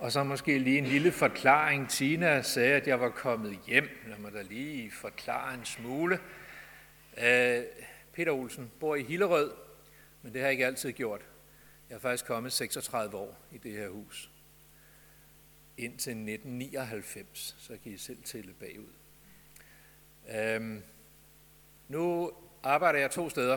Og så måske lige en lille forklaring. Tina sagde, at jeg var kommet hjem. Lad mig da lige forklare en smule. Peter Olsen bor i Hillerød, men det har jeg ikke altid gjort. Jeg er faktisk kommet 36 år i det her hus. Indtil 1999, så kan I selv tælle bagud. Nu arbejder jeg 2 steder.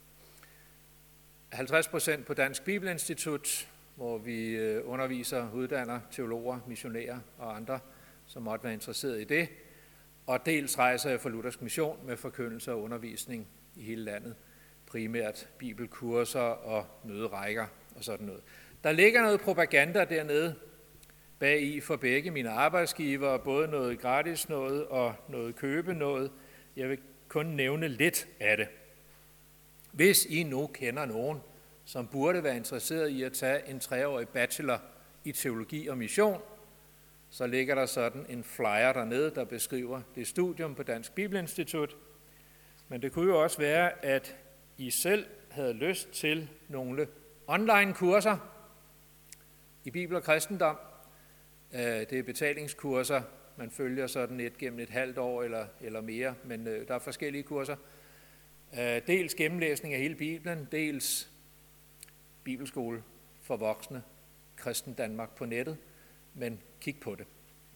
50% på Dansk Bibelinstitut, hvor vi underviser, uddanner teologer, missionærer og andre, som måtte være interesseret i det. Og dels rejser jeg for Luthersk Mission med forkyndelse og undervisning i hele landet. Primært bibelkurser og møderækker og sådan noget. Der ligger noget propaganda dernede bag i for begge mine arbejdsgivere, både noget gratis noget og noget købe noget. Jeg vil kun nævne lidt af det. Hvis I nu kender nogen, som burde være interesseret i at tage en 3-årig bachelor i teologi og mission, så ligger der sådan en flyer dernede, der beskriver det studium på Dansk Bibelinstitut. Men det kunne jo også være, at I selv havde lyst til nogle online kurser i Bibel og kristendom. Det er betalingskurser. Man følger sådan et gennem et halvt år eller mere, men der er forskellige kurser. Dels gennemlæsning af hele Bibelen, dels bibelskole for voksne, Kristen Danmark på nettet, men kig på det.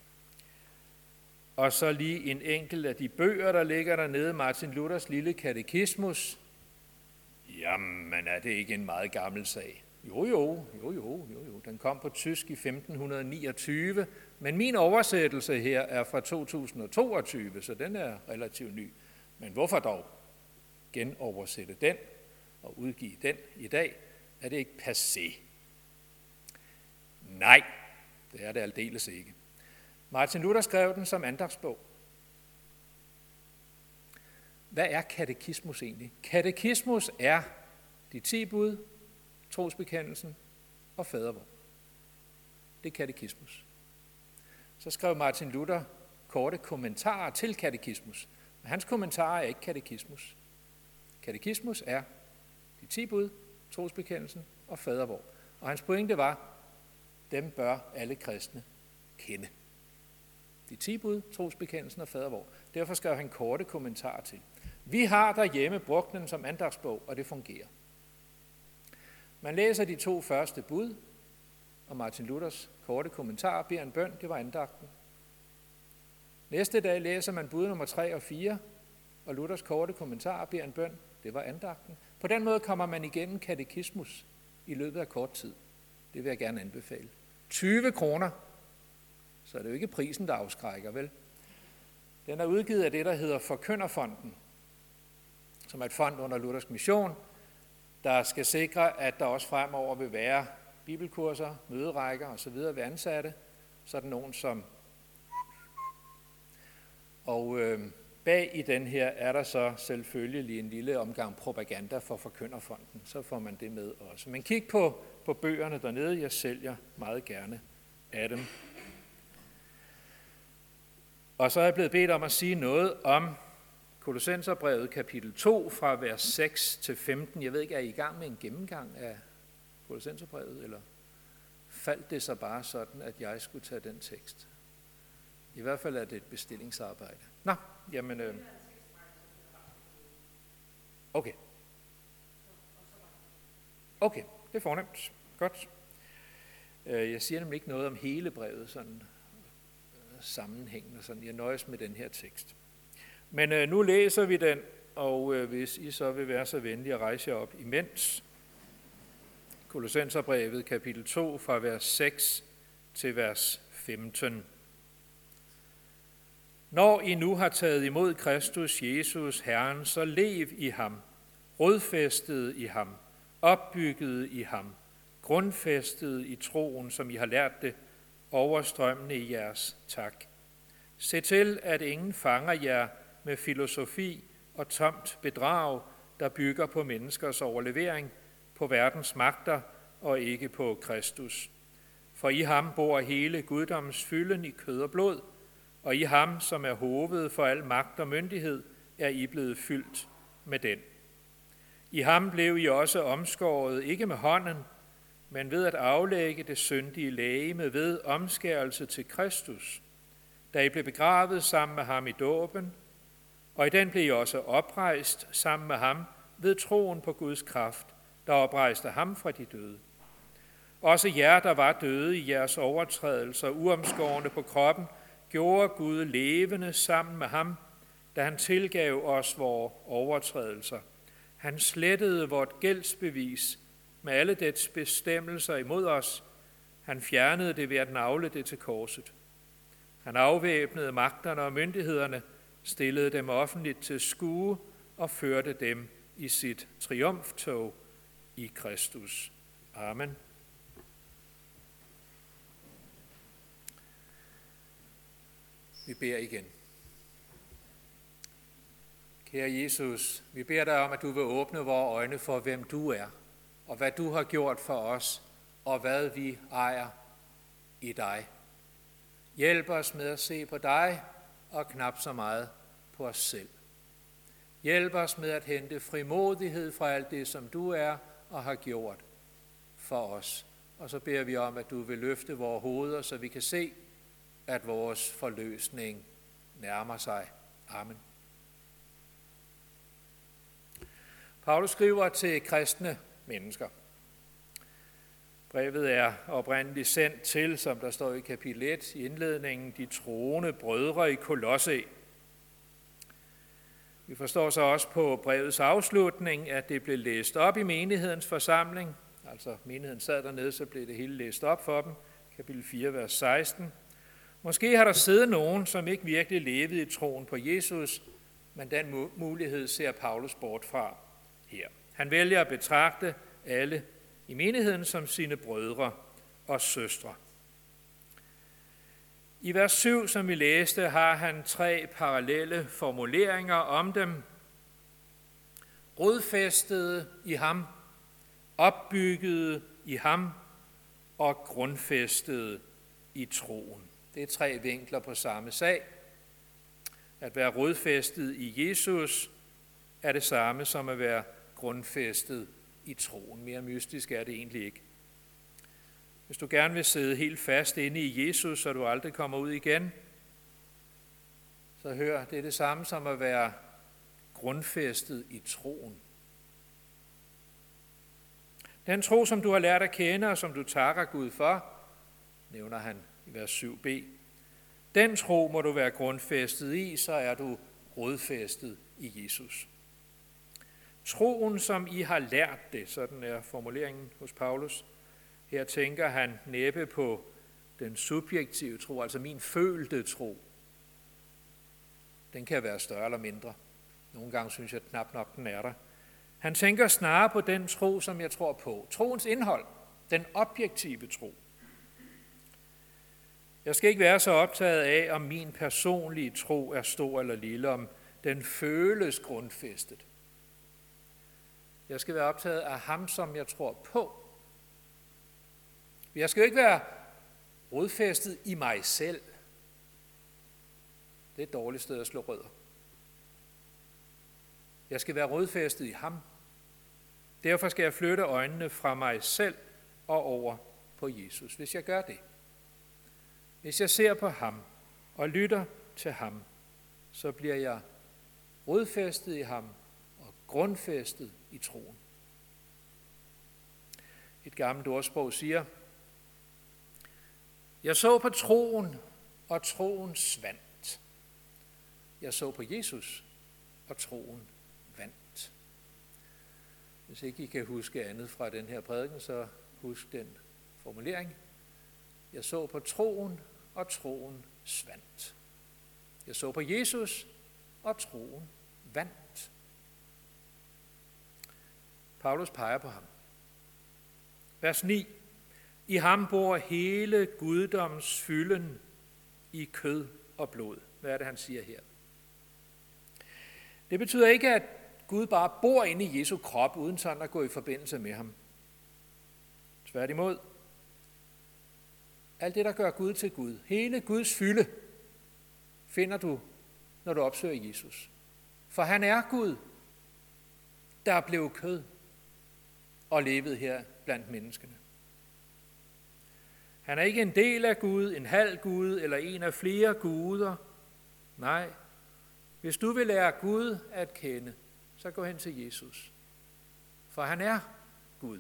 Og så lige en enkelt af de bøger, der ligger dernede, Martin Luthers lille katekismus. Jamen, er det ikke en meget gammel sag? Jo. Den kom på tysk i 1529, men min oversættelse her er fra 2022, så den er relativt ny. Men hvorfor dog genoversætte den og udgive den i dag? Er det ikke passé? Nej, det er det aldeles ikke. Martin Luther skrev den som andagtsbog. Hvad er katekismus egentlig? Katekismus er de 10 bud, trosbekendelsen og fadervor. Det er katekismus. Så skrev Martin Luther korte kommentarer til katekismus. Men hans kommentarer er ikke katekismus. Katekismus er de 10 bud, trosbekendelsen og fadervor. Og hans pointe var, dem bør alle kristne kende. De 10 bud, trosbekendelsen og fadervor. Derfor skrev han korte kommentarer til. Vi har derhjemme brugt den som andagsbog, og det fungerer. Man læser de 2 første bud, og Martin Luthers korte kommentarer beder en bøn, det var andagten. Næste dag læser man bud nummer 3 og 4, og Luthers korte kommentarer beder en bøn, det var andagten. På den måde kommer man igennem katekismus i løbet af kort tid. Det vil jeg gerne anbefale. 20 kroner, så er det jo ikke prisen, der afskrækker, vel? Den er udgivet af det, der hedder Forkynderfonden, som er et fond under Luthersk Mission, der skal sikre, at der også fremover vil være bibelkurser, møderækker osv. ved ansatte, sådan nogen som. Og bag i den her er der så selvfølgelig en lille omgang propaganda for Forkynderfonden, så får man det med også. Men kig på bøgerne dernede, jeg sælger meget gerne af dem. Og så er jeg blevet bedt om at sige noget om Kolossenserbrevet kapitel 2 fra vers 6 til 15. Jeg ved ikke, er I i gang med en gennemgang af Kolossenserbrevet, eller faldt det så bare sådan, at jeg skulle tage den tekst? I hvert fald er det et bestillingsarbejde. Nå, jamen. Okay. Okay, det er fornemt. Godt. Jeg siger nemlig ikke noget om hele brevet, sådan sammenhængende, sådan. Jeg nøjes med den her tekst. Men nu læser vi den, og hvis I så vil være så venlige at rejse jer op imens. Kolossenserbrevet kapitel 2 fra vers 6 til vers 15. Når I nu har taget imod Kristus Jesus Herren, så lev i ham, rodfæstet i ham, opbygget i ham, grundfæstet i troen, som I har lært det, overstrømmende i jeres tak. Se til, at ingen fanger jer med filosofi og tomt bedrag, der bygger på menneskers overlevering, på verdens magter og ikke på Kristus. For i ham bor hele guddommens fylden i kød og blod, og i ham, som er hovedet for al magt og myndighed, er I blevet fyldt med den. I ham blev I også omskåret, ikke med hånden, men ved at aflægge det syndige legeme ved omskærelse til Kristus, da I blev begravet sammen med ham i dåben, og i den blev I også oprejst sammen med ham ved troen på Guds kraft, der oprejste ham fra de døde. Også jer, der var døde i jeres overtrædelser, uomskårne på kroppen, gjorde Gud levende sammen med ham, da han tilgav os vores overtrædelser. Han slettede vort gældsbevis med alle dets bestemmelser imod os. Han fjernede det ved at nagle det til korset. Han afvæbnede magterne og myndighederne, stillede dem offentligt til skue og førte dem i sit triumftog i Kristus. Amen. Vi beder igen. Kære Jesus, vi beder dig om, at du vil åbne vores øjne for, hvem du er, og hvad du har gjort for os, og hvad vi ejer i dig. Hjælp os med at se på dig, og knap så meget på os selv. Hjælp os med at hente frimodighed fra alt det, som du er og har gjort for os. Og så beder vi om, at du vil løfte vores hoveder, så vi kan se, at vores forløsning nærmer sig. Amen. Paulus skriver til kristne mennesker. Brevet er oprindeligt sendt til, som der står i kapitel 1 i indledningen, de troende brødre i Kolosse. Vi forstår så også på brevets afslutning, at det blev læst op i menighedens forsamling. Altså menigheden sad dernede, så blev det hele læst op for dem. Kapitel 4, vers 16. Måske har der siddet nogen, som ikke virkelig levede i troen på Jesus, men den mulighed ser Paulus bort fra her. Han vælger at betragte alle i menigheden som sine brødre og søstre. I vers 7, som vi læste, har han 3 parallelle formuleringer om dem. Rodfæstede i ham, opbyggede i ham og grundfæstede i troen. Det er 3 vinkler på samme sag. At være rodfæstet i Jesus er det samme som at være grundfæstet i troen. Mere mystisk er det egentlig ikke. Hvis du gerne vil sidde helt fast inde i Jesus, så du aldrig kommer ud igen, så hør, det er det samme som at være grundfæstet i troen. Den tro, som du har lært at kende, og som du takker Gud for, nævner han i vers 7b. Den tro må du være grundfæstet i, så er du rodfæstet i Jesus. Troen, som I har lært det, sådan er formuleringen hos Paulus. Her tænker han næppe på den subjektive tro, altså min følte tro. Den kan være større eller mindre. Nogle gange synes jeg knap nok, den er der. Han tænker snarere på den tro, som jeg tror på. Troens indhold, den objektive tro. Jeg skal ikke være så optaget af, om min personlige tro er stor eller lille, om den føles grundfæstet. Jeg skal være optaget af ham, som jeg tror på. Jeg skal jo ikke være rodfæstet i mig selv. Det er et dårligt sted at slå rødder. Jeg skal være rodfæstet i ham. Derfor skal jeg flytte øjnene fra mig selv og over på Jesus. Hvis jeg gør det, hvis jeg ser på ham og lytter til ham, så bliver jeg rodfæstet i ham og grundfæstet i troen. Et gammelt ordsprog siger, jeg så på troen, og troen svandt. Jeg så på Jesus, og troen vandt. Hvis ikke I kan huske andet fra den her prædiken, så husk den formulering. Jeg så på troen, og troen svandt. Jeg så på Jesus, og troen vandt. Paulus peger på ham. Vers 9. I ham bor hele guddoms fylden i kød og blod. Hvad er det, han siger her? Det betyder ikke, at Gud bare bor inde i Jesu krop, uden sådan at gå i forbindelse med ham. Tværtimod. Alt det, der gør Gud til Gud, hele Guds fylde, finder du, når du opsøger Jesus. For han er Gud, der blev kød og levede her blandt menneskene. Han er ikke en del af Gud, en halv Gud eller en af flere guder. Nej, hvis du vil lære Gud at kende, så gå hen til Jesus. For han er Gud.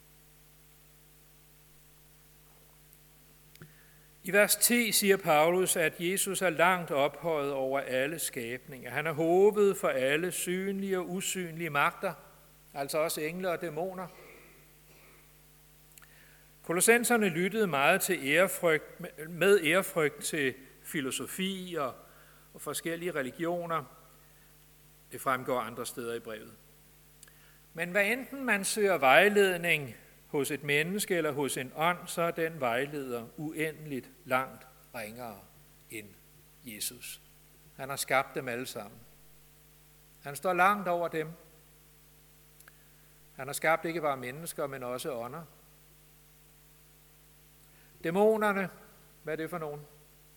I vers 10 siger Paulus, at Jesus er langt ophøjet over alle skabninger. Han er hovedet for alle synlige og usynlige magter, altså også engle og dæmoner. Kolossenserne lyttede meget til ærefrygt til filosofi og forskellige religioner. Det fremgår andre steder i brevet. Men hvad enten man søger vejledning hos et menneske eller hos en ånd, så er den vejleder uendeligt langt ringere end Jesus. Han har skabt dem alle sammen. Han står langt over dem. Han har skabt ikke bare mennesker, men også ånder. Dæmonerne, hvad er det for nogen?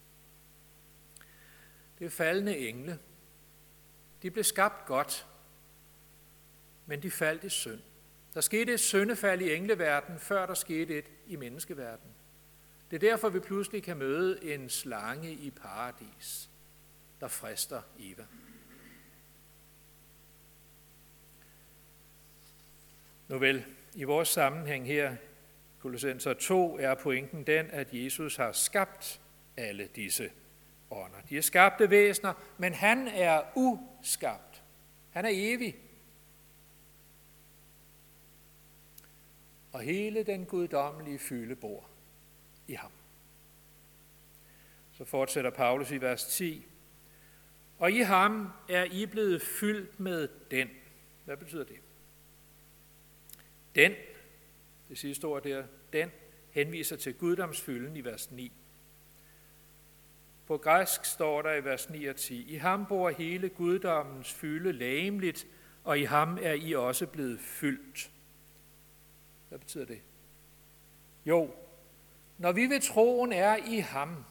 Det er faldende engle. De blev skabt godt, men de faldt i synd. Der skete et syndefald i engleverden, før der skete et i menneskeverden. Det er derfor, vi pludselig kan møde en slange i paradis, der frister Eva. Nu vel, i vores sammenhæng her, Kolossenser 2, er pointen den, at Jesus har skabt alle disse ånder. De er skabte væsener, men han er uskabt. Han er evig. Og hele den guddommelige fylde bor i ham. Så fortsætter Paulus i vers 10. Og i ham er I blevet fyldt med den. Hvad betyder det? Den, det sidste ord der, den henviser til guddomsfylden i vers 9. På græsk står der i vers 9 og 10. I ham bor hele guddommens fylde legemligt, og i ham er I også blevet fyldt. Hvad betyder det? Jo, når vi ved troen er i ham,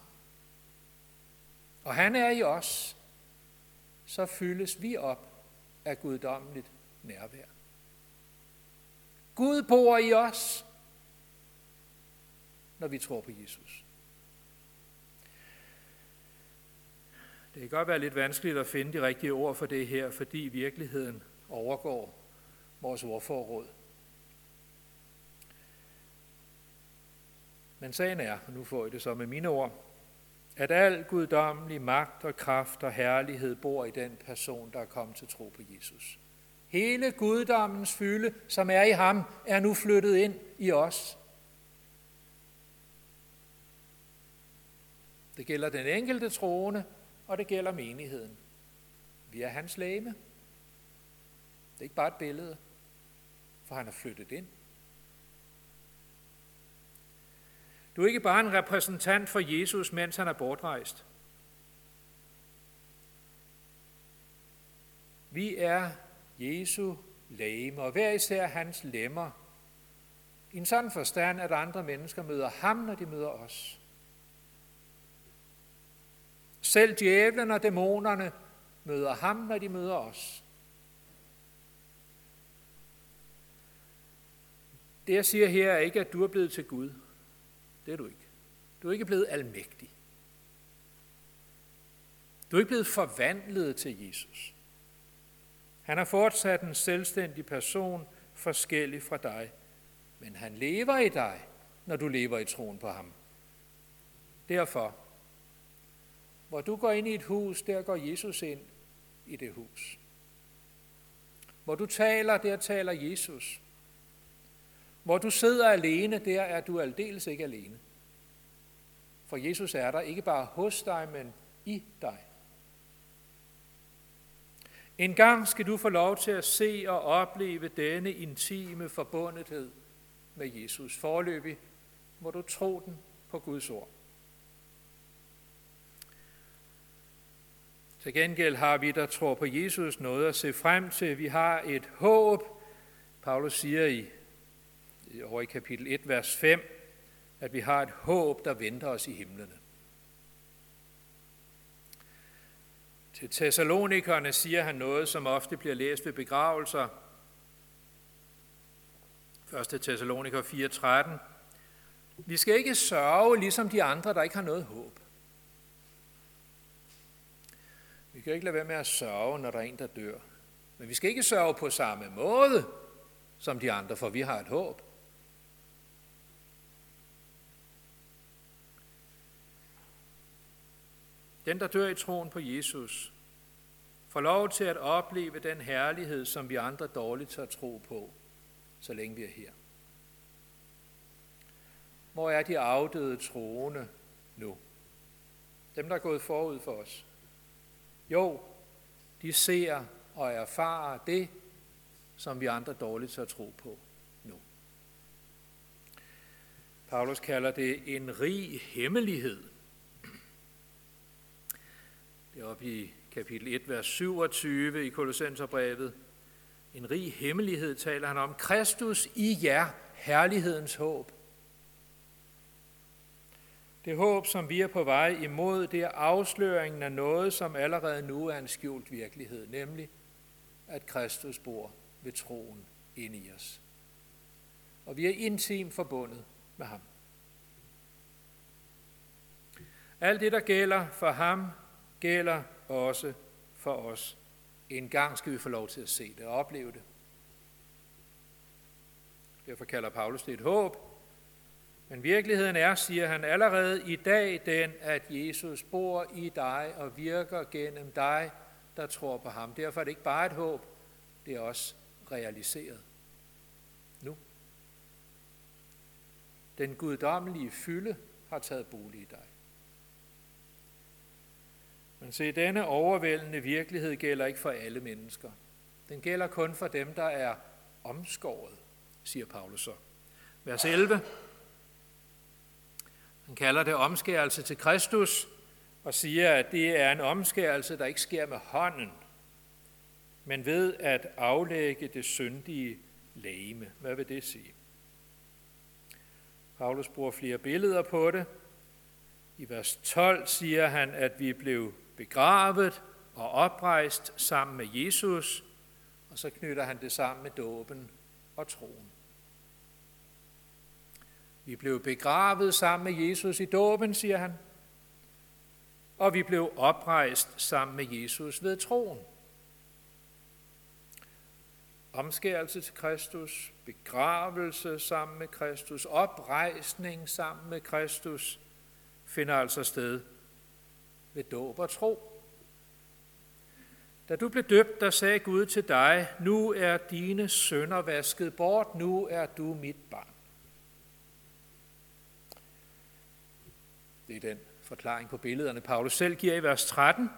og han er i os, så fyldes vi op af guddommeligt nærvær. Gud bor i os, når vi tror på Jesus. Det kan godt være lidt vanskeligt at finde de rigtige ord for det her, fordi virkeligheden overgår vores ordforråd. Men sagen er, og nu får I det så med mine ord, at al guddommelig magt og kraft og herlighed bor i den person, der er kommet til tro på Jesus. Hele guddommens fylde, som er i ham, er nu flyttet ind i os. Det gælder den enkelte troende, og det gælder menigheden. Vi er hans legeme. Det er ikke bare et billede, for han er flyttet ind. Du er ikke bare en repræsentant for Jesus, mens han er bortrejst. Vi er Jesu legeme, og hver især hans lemmer. I en sådan forstand, at andre mennesker møder ham, når de møder os. Selv djævlen og dæmonerne møder ham, når de møder os. Det jeg siger her er ikke, at du er blevet til Gud. Det er du ikke. Du er ikke blevet almægtig. Du er ikke blevet forvandlet til Jesus. Han er fortsat en selvstændig person, forskellig fra dig. Men han lever i dig, når du lever i troen på ham. Derfor, hvor du går ind i et hus, der går Jesus ind i det hus. Hvor du taler, der taler Jesus. Hvor du sidder alene, der er du aldeles ikke alene. For Jesus er der ikke bare hos dig, men i dig. En gang skal du få lov til at se og opleve denne intime forbundethed med Jesus. Foreløbig må du tro den på Guds ord. Til gengæld har vi, der tror på Jesus, noget at se frem til. Vi har et håb. Paulus siger over i kapitel 1, vers 5, at vi har et håb, der venter os i himlene. Til Thessalonikerne siger han noget, som ofte bliver læst ved begravelser. 1. Thessaloniker 4:13. Vi skal ikke sørge ligesom de andre, der ikke har noget håb. Vi kan ikke lade være med at sørge, når der er en, der dør. Men vi skal ikke sørge på samme måde som de andre, for vi har et håb. Den, der dør i troen på Jesus, får lov til at opleve den herlighed, som vi andre dårligt tør tro på, så længe vi er her. Hvor er de afdøde troende nu? Dem, der er gået forud for os. Jo, de ser og erfarer det, som vi andre dårligt tør tro på nu. Paulus kalder det en rig hemmelighed. Det er oppe i kapitel 1, vers 27 i Kolossenserbrevet. En rig hemmelighed taler han om. Kristus i jer, herlighedens håb. Det håb, som vi er på vej imod, det er afsløringen af noget, som allerede nu er en skjult virkelighed, nemlig at Kristus bor ved troen inde i os. Og vi er intimt forbundet med ham. Alt det, der gælder for ham, gælder også for os. En gang skal vi få lov til at se det og opleve det. Derfor kalder Paulus det et håb. Men virkeligheden er, siger han, allerede i dag den, at Jesus bor i dig og virker gennem dig, der tror på ham. Derfor er det ikke bare et håb, det er også realiseret nu. Den guddommelige fylde har taget bolig i dig. Men se, denne overvældende virkelighed gælder ikke for alle mennesker. Den gælder kun for dem, der er omskåret, siger Paulus så. Vers 11. Han kalder det omskærelse til Kristus og siger, at det er en omskærelse, der ikke sker med hånden, men ved at aflægge det syndige legeme. Hvad vil det sige? Paulus bruger flere billeder på det. I vers 12 siger han, at vi blev begravet og oprejst sammen med Jesus, og så knytter han det sammen med dåben og troen. Vi blev begravet sammen med Jesus i dåben, siger han, og vi blev oprejst sammen med Jesus ved troen. Omskærelse til Kristus, begravelse sammen med Kristus, oprejsning sammen med Kristus, finder altså sted ved dåb og tro. Da du blev døbt, der sagde Gud til dig, nu er dine synder vasket bort, nu er du mit barn. Det er den forklaring på billederne, Paulus selv giver i vers 13.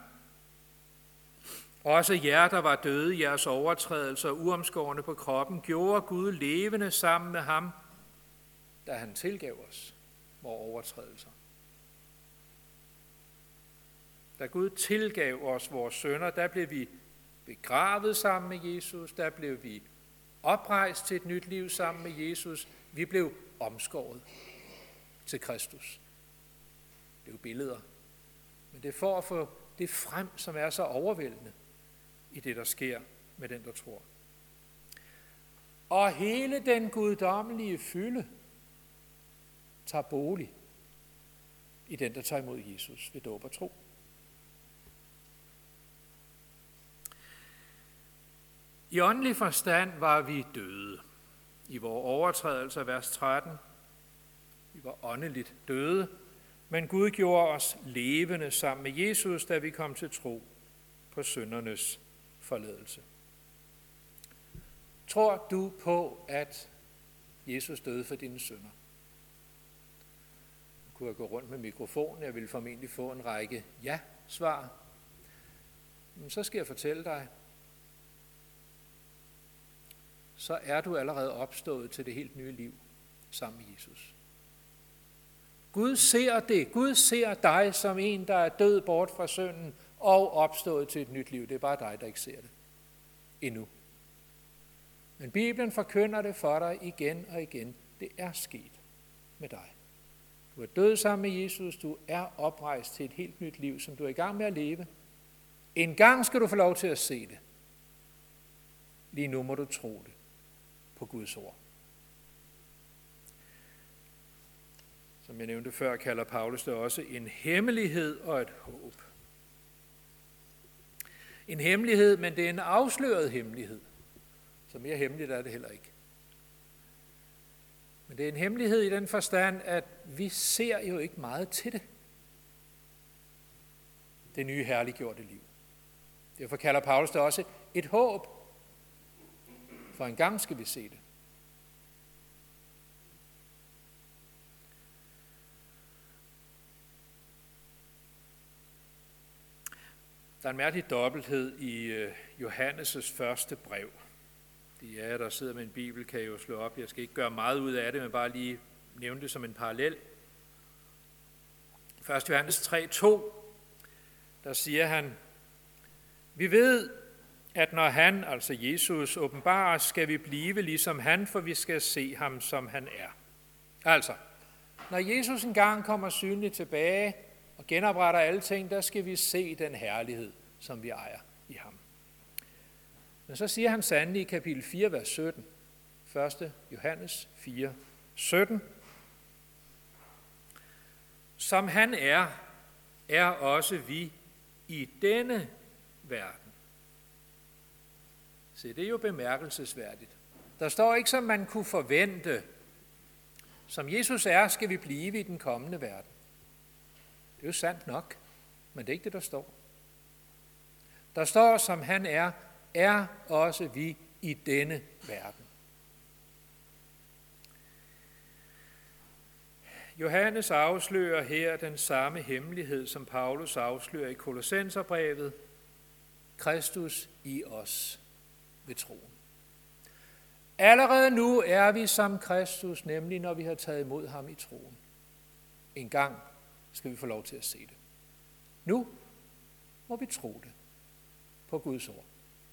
Også jer, der var døde i jeres overtrædelser, uomskårne på kroppen, gjorde Gud levende sammen med ham, da han tilgav os vores overtrædelser. Da Gud tilgav os vores synder, der blev vi begravet sammen med Jesus, der blev vi oprejst til et nyt liv sammen med Jesus. Vi blev omskåret til Kristus. Det er jo billeder, men det er for at få det frem, som er så overvældende i det, der sker med den, der tror. Og hele den guddommelige fylde tager bolig i den, der tager imod Jesus ved dåb og tro. I åndelig forstand var vi døde. I vores overtrædelser, vers 13. Vi var åndeligt døde, men Gud gjorde os levende sammen med Jesus, da vi kom til tro på syndernes forladelse. Tror du på, at Jesus døde for dine synder? Nu kunne jeg gå rundt med mikrofonen, jeg ville formentlig få en række ja-svar. Men så skal jeg fortælle dig, så er du allerede opstået til det helt nye liv sammen med Jesus. Gud ser det. Gud ser dig som en, der er død bort fra synden og opstået til et nyt liv. Det er bare dig, der ikke ser det endnu. Men Bibelen forkynder det for dig igen og igen. Det er sket med dig. Du er død sammen med Jesus. Du er oprejst til et helt nyt liv, som du er i gang med at leve. En gang skal du få lov til at se det. Lige nu må du tro det på Guds ord. Som jeg nævnte før, kalder Paulus det også en hemmelighed og et håb. En hemmelighed, men det er en afsløret hemmelighed. Så mere hemmeligt er det heller ikke. Men det er en hemmelighed i den forstand, at vi ser jo ikke meget til det. Det nye herliggjorte liv. Derfor kalder Paulus det også et håb. For en gang skal vi se det. Der er en mærkelig dobbelthed i Johannes' første brev. De af jer, der sidder med en bibel, kan jo slå op. Jeg skal ikke gøre meget ud af det, men bare lige nævne det som en parallel. 1. Johannes 3:2, der siger han, vi ved, at når han, altså Jesus, åbenbares, skal vi blive ligesom han, for vi skal se ham, som han er. Altså, når Jesus engang kommer synligt tilbage og genopretter alle ting, der skal vi se den herlighed, som vi ejer i ham. Men så siger han sandelig i kapitel 4, vers 17, 1. Johannes 4, 17, som han er også vi i denne verden. Se, det er jo bemærkelsesværdigt. Der står ikke, som man kunne forvente. Som Jesus er, skal vi blive i den kommende verden. Det er jo sandt nok, men det er ikke det, der står. Der står, som han er også vi i denne verden. Johannes afslører her den samme hemmelighed, som Paulus afslører i Kolossenserbrevet. Kristus i os ved troen. Allerede nu er vi som Kristus, nemlig når vi har taget imod ham i troen. En gang skal vi få lov til at se det. Nu må vi tro det på Guds ord.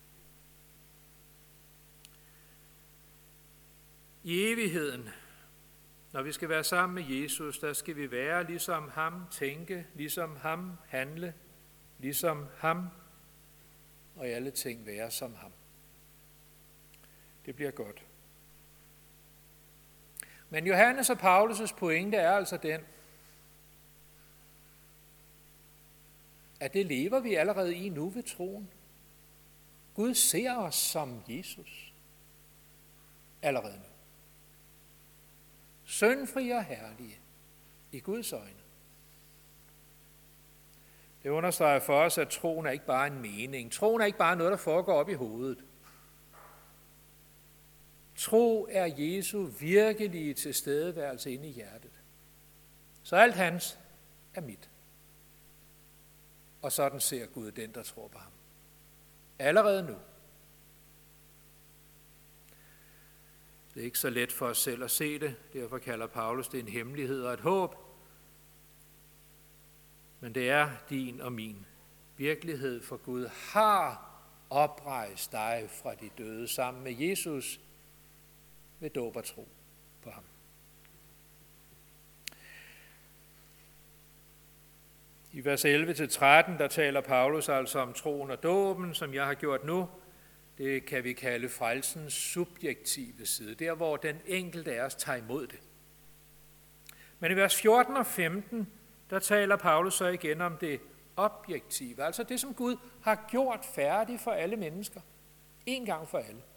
I evigheden, når vi skal være sammen med Jesus, der skal vi være ligesom ham, tænke ligesom ham, handle ligesom ham, og i alle ting være som ham. Det bliver godt. Men Johannes og Paulus' pointe er altså den, at det lever vi allerede i nu ved troen. Gud ser os som Jesus allerede nu. Syndfri og herlige i Guds øjne. Det understreger for os, at troen er ikke bare en mening. Troen er ikke bare noget, der foregår op i hovedet. Tro er Jesu virkelige tilstedeværelse inde i hjertet. Så alt hans er mit. Og sådan ser Gud den, der tror på ham. Allerede nu. Det er ikke så let for os selv at se det. Derfor kalder Paulus det en hemmelighed og et håb. Men det er din og min virkelighed, for Gud har oprejst dig fra de døde sammen med Jesus ved dåb og tro på ham. I vers 11-13, der taler Paulus altså om troen og dåben, som jeg har gjort nu. Det kan vi kalde frelsens subjektive side, der hvor den enkelte af os tager imod det. Men i vers 14 og 15, der taler Paulus så igen om det objektive, altså det, som Gud har gjort færdigt for alle mennesker. En gang for alle.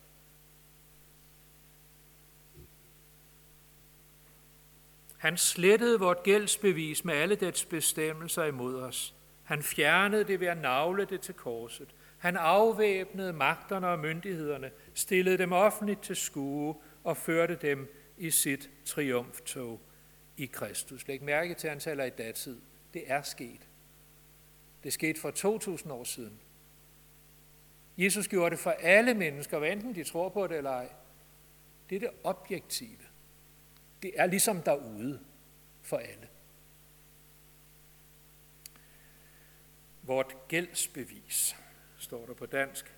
Han slettede vort gældsbevis med alle dets bestemmelser imod os. Han fjernede det ved at nagle det til korset. Han afvæbnede magterne og myndighederne, stillede dem offentligt til skue og førte dem i sit triumftog i Kristus. Læg mærke til, at han taler i datid. Det er sket. Det skete for 2000 år siden. Jesus gjorde det for alle mennesker, hvad enten de tror på det eller ej. Det er det objektive. Det er ligesom derude for alle. Vort gældsbevis, står der på dansk.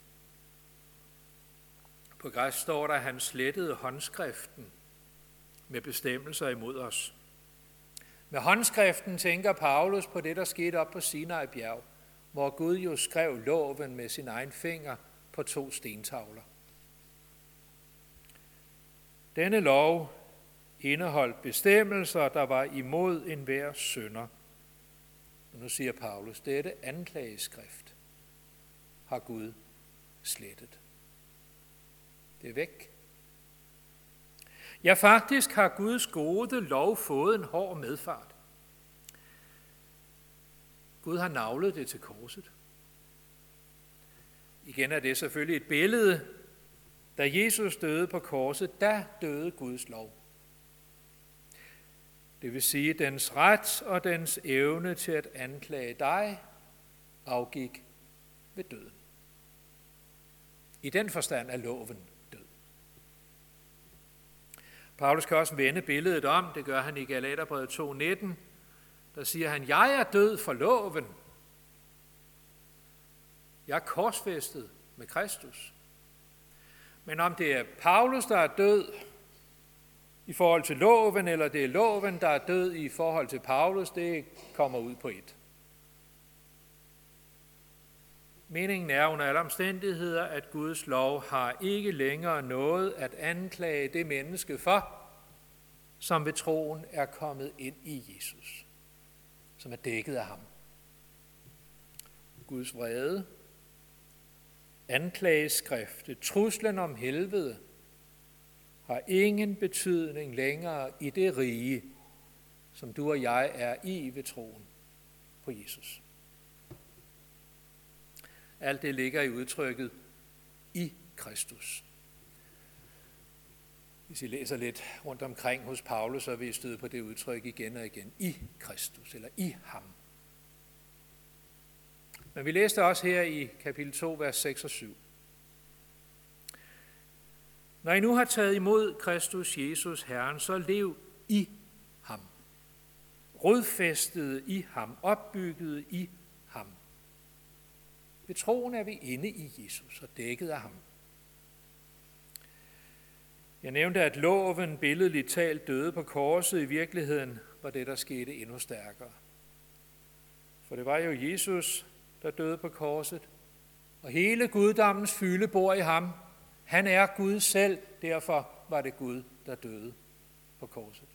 På græsk står der, at han slettede håndskriften med bestemmelser imod os. Med håndskriften tænker Paulus på det, der skete op på Sinai bjerg, hvor Gud jo skrev loven med sin egen finger på 2 stentavler. Denne lov indeholdt bestemmelser, der var imod enhver synder. Og nu siger Paulus, dette anklageskrift har Gud slettet. Det er væk. Ja, faktisk har Guds gode lov fået en hård medfart. Gud har naglet det til korset. Igen er det selvfølgelig et billede. Da Jesus døde på korset, der døde Guds lov. Det vil sige, dens ret og dens evne til at anklage dig afgik ved døden. I den forstand er loven død. Paulus kan også vende billedet om, det gør han i Galaterbrevet 2:19. Der siger han, jeg er død for loven. Jeg er korsfæstet med Kristus. Men om det er Paulus, der er død i forhold til loven, eller det er loven, der er død i forhold til Paulus, det kommer ud på et. Meningen er under alle omstændigheder, at Guds lov har ikke længere noget at anklage det menneske for, som ved troen er kommet ind i Jesus, som er dækket af ham. Guds vrede, anklageskriftet, truslen om helvede, har ingen betydning længere i det rige, som du og jeg er i ved troen på Jesus. Alt det ligger i udtrykket i Kristus. Hvis I læser lidt rundt omkring hos Paulus, så vil I støde på det udtryk igen og igen. I Kristus, eller i ham. Men vi læste også her i kapitel 2, vers 6 og 7. Når I nu har taget imod Kristus Jesus Herren, så lev i ham. Rodfæstet i ham, opbygget i ham. Ved troen er vi inde i Jesus og dækket af ham. Jeg nævnte, at loven billedligt talt døde på korset. I virkeligheden var det, der skete endnu stærkere. For det var jo Jesus, der døde på korset, og hele guddommens fylde bor i ham. Han er Gud selv, derfor var det Gud, der døde på korset.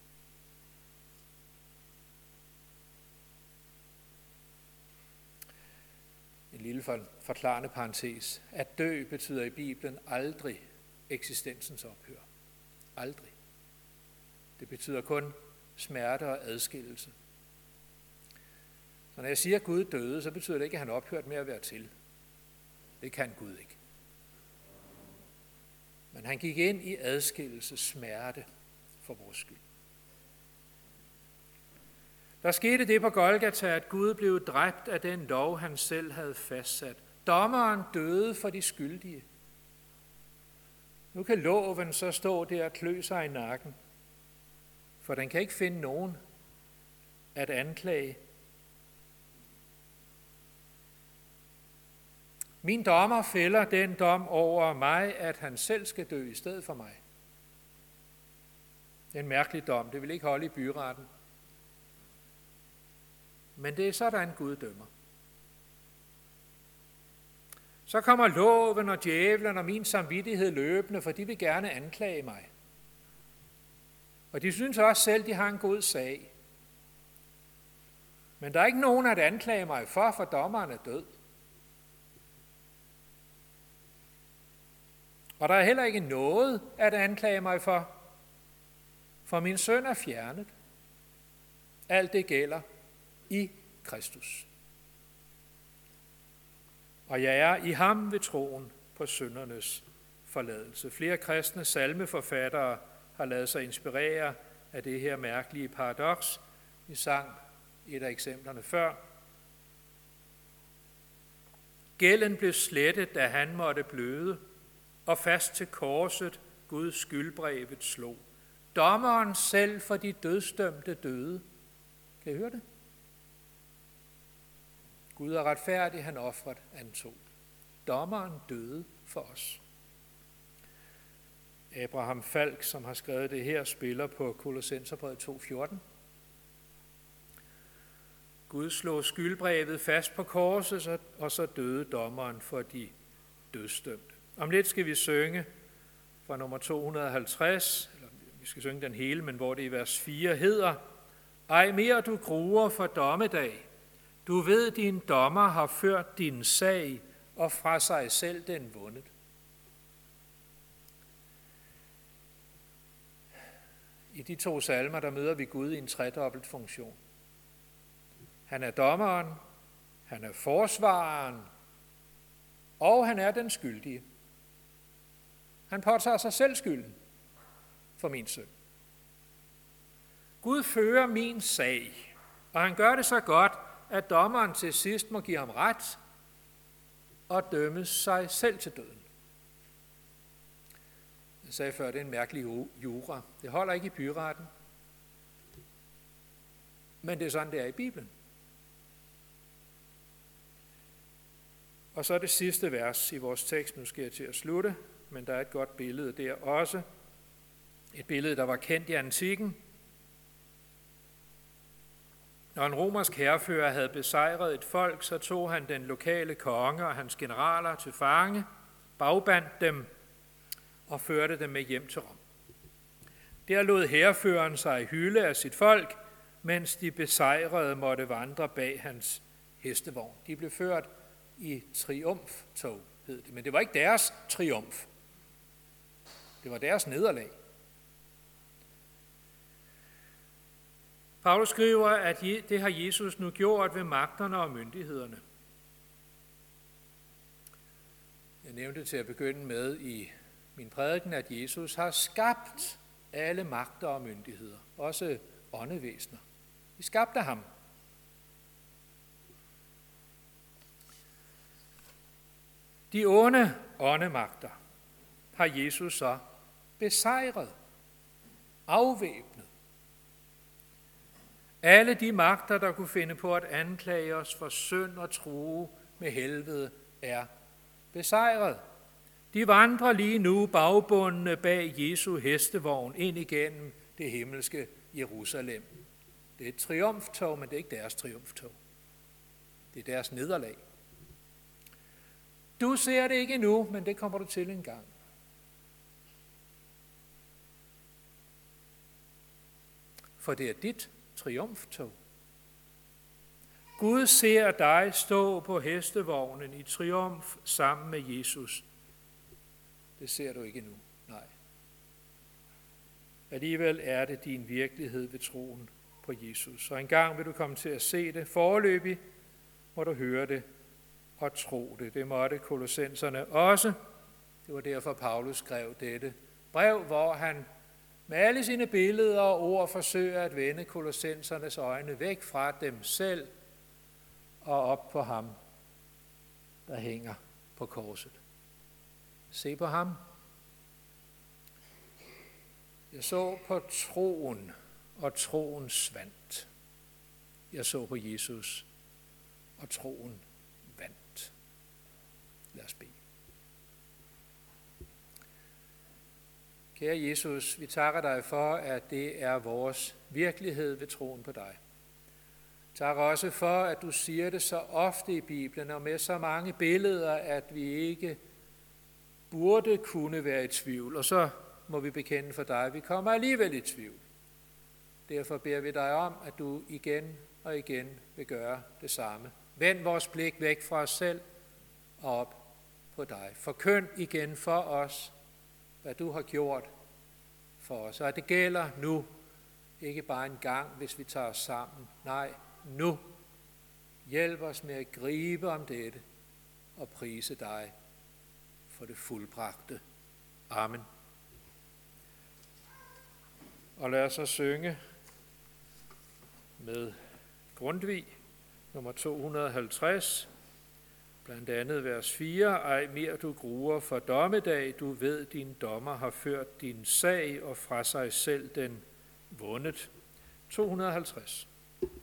En lille forklarende parentes. At dø betyder i Bibelen aldrig eksistensens ophør. Aldrig. Det betyder kun smerte og adskillelse. Så når jeg siger, at Gud døde, så betyder det ikke, at han ophørte med at være til. Det kan Gud ikke. Men han gik ind i adskillelse, smerte for vores skyld. Der skete det på Golgata, at Gud blev dræbt af den lov, han selv havde fastsat. Dommeren døde for de skyldige. Nu kan loven så stå der og klø sig i nakken, for den kan ikke finde nogen at anklage. Min dommer fælder den dom over mig, at han selv skal dø i stedet for mig. Det er en mærkelig dom, det vil ikke holde i byretten. Men det er sådan, Gud dømmer. Så kommer loven og djævlen og min samvittighed løbende, for de vil gerne anklage mig. Og de synes også selv, de har en god sag. Men der er ikke nogen at anklage mig for dommeren er død. Og der er heller ikke noget at anklage mig for min søn er fjernet. Alt det gælder i Kristus. Og jeg er i ham ved troen på syndernes forladelse. Flere kristne salmeforfattere har ladet sig inspirere af det her mærkelige paradoks. Vi sang et af eksemplerne før. Gælden blev slettet, da han måtte bløde, og fast til korset Guds skyldbrevet slog. Dommeren selv for de dødsdømte døde. Kan I høre det? Gud er retfærdig, han ofret antog. Dommeren døde for os. Abraham Falk, som har skrevet det her, spiller på Kolossenserbrevet 2:14. Gud slog skyldbrevet fast på korset, og så døde dommeren for de dødsdømte. Om lidt skal vi synge fra nummer 250, eller vi skal synge den hele, men hvor det i vers 4 hedder: Ej mere du gruer for dommedag, du ved din dommer har ført din sag, og fra sig selv den vundet. I de 2 salmer, der møder vi Gud i en tredobbelt funktion. Han er dommeren, han er forsvareren, og han er den skyldige. Han påtager sig selv skylden for min synd. Gud fører min sag, og han gør det så godt, at dommeren til sidst må give ham ret og dømme sig selv til døden. Jeg sagde før, det er en mærkelig jura. Det holder ikke i byretten. Men det er sådan, det er i Bibelen. Og så er det sidste vers i vores tekst. Nu skal jeg til at slutte, men der er et godt billede der også. Et billede, der var kendt i antikken. Når en romersk hærfører havde besejret et folk, så tog han den lokale konge og hans generaler til fange, bagbandt dem og førte dem med hjem til Rom. Der lod hærføreren sig hylde af sit folk, mens de besejrede måtte vandre bag hans hestevogn. De blev ført i triumftog, hed det. Men det var ikke deres triumf. Det var deres nederlag. Paulus skriver, at det har Jesus nu gjort ved magterne og myndighederne. Jeg nævnte til at begynde med i min prædiken, at Jesus har skabt alle magter og myndigheder, også åndevæsener. De skabte ham. De onde åndemagter har Jesus så besejret, afvæbnet. Alle de magter, der kunne finde på at anklage os for synd og true med helvede, er besejret. De vandrer lige nu bagbundne bag Jesu hestevogn ind igennem det himmelske Jerusalem. Det er et triumftog, men det er ikke deres triumftog. Det er deres nederlag. Du ser det ikke endnu, men det kommer du til en gang. For det er dit triumftog. Gud ser dig stå på hestevognen i triumf sammen med Jesus. Det ser du ikke endnu, nej. Alligevel er det din virkelighed ved troen på Jesus. Og engang vil du komme til at se det. Foreløbig må du høre det og tro det. Det måtte kolossenserne også. Det var derfor, Paulus skrev dette brev, hvor han med alle sine billeder og ord forsøger at vende kolossensernes øjne væk fra dem selv og op på ham, der hænger på korset. Se på ham. Jeg så på troen, og troen svandt. Jeg så på Jesus, og troen vandt. Lad os bede. Kære Jesus, vi takker dig for, at det er vores virkelighed ved troen på dig. Tak også for, at du siger det så ofte i Bibelen, og med så mange billeder, at vi ikke burde kunne være i tvivl. Og så må vi bekende for dig, at vi kommer alligevel i tvivl. Derfor beder vi dig om, at du igen og igen vil gøre det samme. Vend vores blik væk fra os selv og op på dig. Forkynd igen for os, hvad du har gjort for os. Og det gælder nu, ikke bare en gang, hvis vi tager os sammen. Nej, nu. Hjælp os med at gribe om dette og prise dig for det fuldbragte. Amen. Og lad os så synge med Grundtvig, nummer 250, blandt andet vers 4. Ej mere du gruer for dommedag, du ved din dommer har ført din sag, og fra sig selv den vundet. 250.